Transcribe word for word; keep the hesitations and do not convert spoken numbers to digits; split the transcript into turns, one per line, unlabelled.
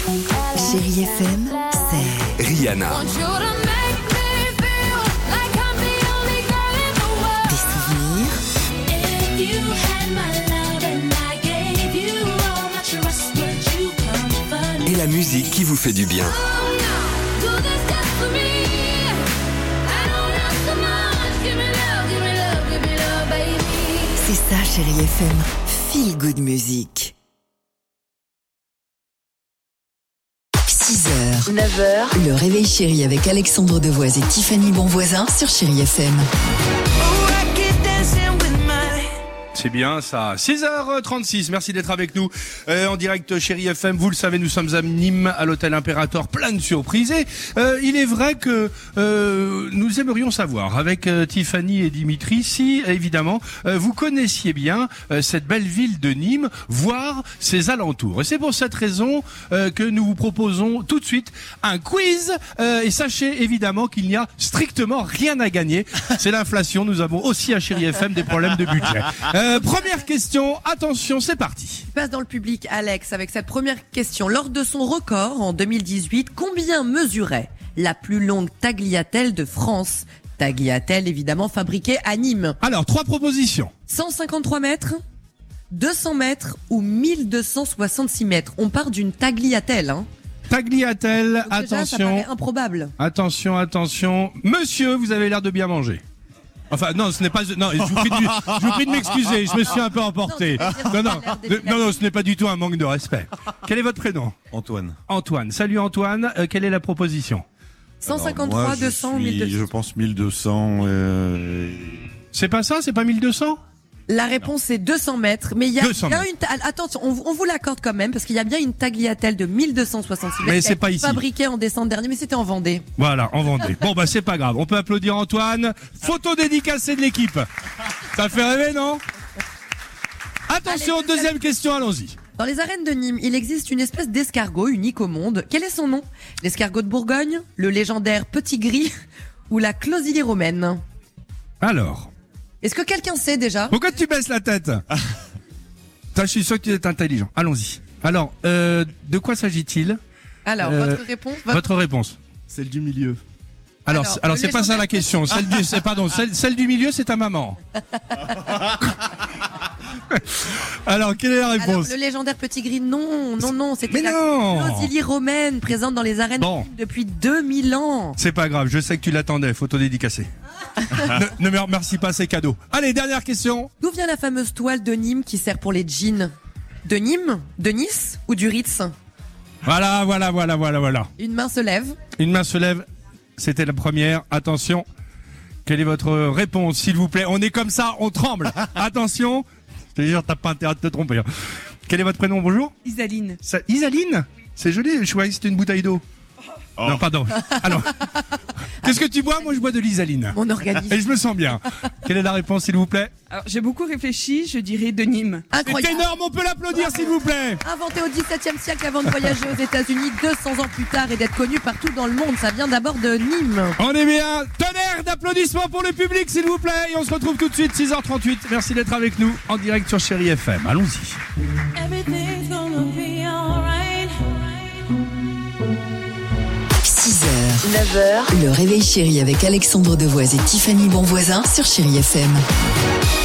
Chérie F M, c'est
Rihanna.
des souvenirs,
Et la musique qui vous fait du bien.
c'est ça Chérie F M, Feel Good Music. six heures, neuf heures, le réveil chéri avec Alexandre Devoise et Tiffany Bonvoisin sur Chérie F M.
C'est bien ça. six heures trente-six, merci d'être avec nous euh, en direct Chérie F M. Vous le savez, nous sommes à Nîmes, à l'hôtel Impérator, plein de surprises. Et euh, il est vrai que euh, nous aimerions savoir, avec euh, Tiffany et Dimitri, si évidemment euh, vous connaissiez bien euh, cette belle ville de Nîmes, voire ses alentours. Et c'est pour cette raison euh, que nous vous proposons tout de suite un quiz. Euh, et sachez évidemment qu'il n'y a strictement rien à gagner. C'est l'inflation. Nous avons aussi à Chérie F M des problèmes de budget. Euh, première question, attention, c'est parti.
Il passe dans le public, Alex, avec cette première question. Lors de son record en deux mille dix-huit, combien mesurait la plus longue tagliatelle de France? Tagliatelle, évidemment, fabriquée à Nîmes.
Alors, trois propositions.
cent cinquante-trois mètres, deux cents mètres ou mille deux cent soixante-six mètres. On part d'une tagliatelle, hein.
Tagliatelle,
Donc déjà, ça
attention.
paraît improbable.
Attention, attention. Monsieur, vous avez l'air de bien manger. Enfin, non, ce n'est pas, non, je vous prie de, je vous prie de m'excuser, je me suis un peu emporté. Non, non, non, non, non, ce n'est pas du tout un manque de respect. Quel est votre prénom?
Antoine.
Antoine. Salut Antoine, euh, quelle est la proposition?
cent
Alors,
cinquante-trois,
moi, je
deux cents,
suis-
mille deux cents.
Je pense mille deux cents. Euh...
C'est pas ça, c'est pas mille deux cents?
La réponse est deux cents mètres, mais il y a
deux cents
bien
mètres.
une, ta- attention, on, vous- on vous l'accorde quand même, parce qu'il y a bien une tagliatelle de mille deux cent soixante-six mètres.
Mais
qui a
c'est pas
été
ici.
fabriquée en décembre dernier, mais c'était en Vendée.
Voilà, en Vendée. Bon, bah, c'est pas grave. On peut applaudir Antoine. Photo dédicacée de l'équipe. Ça fait rêver, non? Attention,
Allez,
deuxième question, allons-y.
Dans les arènes de Nîmes, il existe une espèce d'escargot unique au monde. Quel est son nom? L'escargot de Bourgogne, le légendaire petit gris ou la closilie romaine?
Alors.
Est-ce que quelqu'un sait déjà?
Pourquoi tu baisses la tête? Ça, je suis sûr que tu es intelligent. Allons-y. Alors, euh, de quoi s'agit-il?
Alors,
Euh,
votre réponse votre-
Votre réponse.
Celle du milieu.
Alors,
Alors,
c'est- alors
le
c'est pas ça la
légendaire-
question. Celle du, c'est, pardon, celle, celle du milieu, c'est ta maman. Alors, quelle est la
Alors,
réponse?
le légendaire petit gris, non, non, non, c'était
Mais
la
non
closilie romaine présente dans les arènes
Bon.
de Nîmes depuis deux mille ans.
C'est pas grave, je sais que tu l'attendais, photo dédicacée. ne, ne me remercie pas, c'est cadeau. Allez, dernière question.
D'où vient la fameuse toile de Nîmes qui sert pour les jeans? De Nîmes, de Nice ou du Ritz?
Voilà, voilà, voilà, voilà, voilà.
Une main se lève.
Une main se lève, c'était la première. Attention, quelle est votre réponse, s'il vous plaît? On est comme ça, on tremble. Attention, je te jure, t'as pas intérêt de te tromper. hein. Quel est votre prénom, bonjour?
Isaline.
Ça, Isaline? C'est joli, je croyais que c'était une bouteille d'eau.
Oh.
Non, pardon. Alors, qu'est-ce que tu bois? Moi, je bois de l'isaline.
Mon organisme.
Et je me sens bien. Quelle est la réponse, s'il vous plaît?
Alors, j'ai beaucoup réfléchi, je dirais de Nîmes.
C'est
Incroyable.
énorme, on peut l'applaudir, s'il vous plaît.
Inventé au dix-septième siècle avant de voyager aux États-Unis deux cents ans plus tard et d'être connu partout dans le monde. Ça vient d'abord de Nîmes.
On est bien. Tonnerre d'applaudissements pour le public, s'il vous plaît. Et on se retrouve tout de suite, six heures trente-huit. Merci d'être avec nous en direct sur Chérie F M. Allons-y.
Everything's gonna be alright.
six heures, neuf heures, le réveil chéri avec Alexandre Devoise et Tiffany Bonvoisin sur Chérie F M.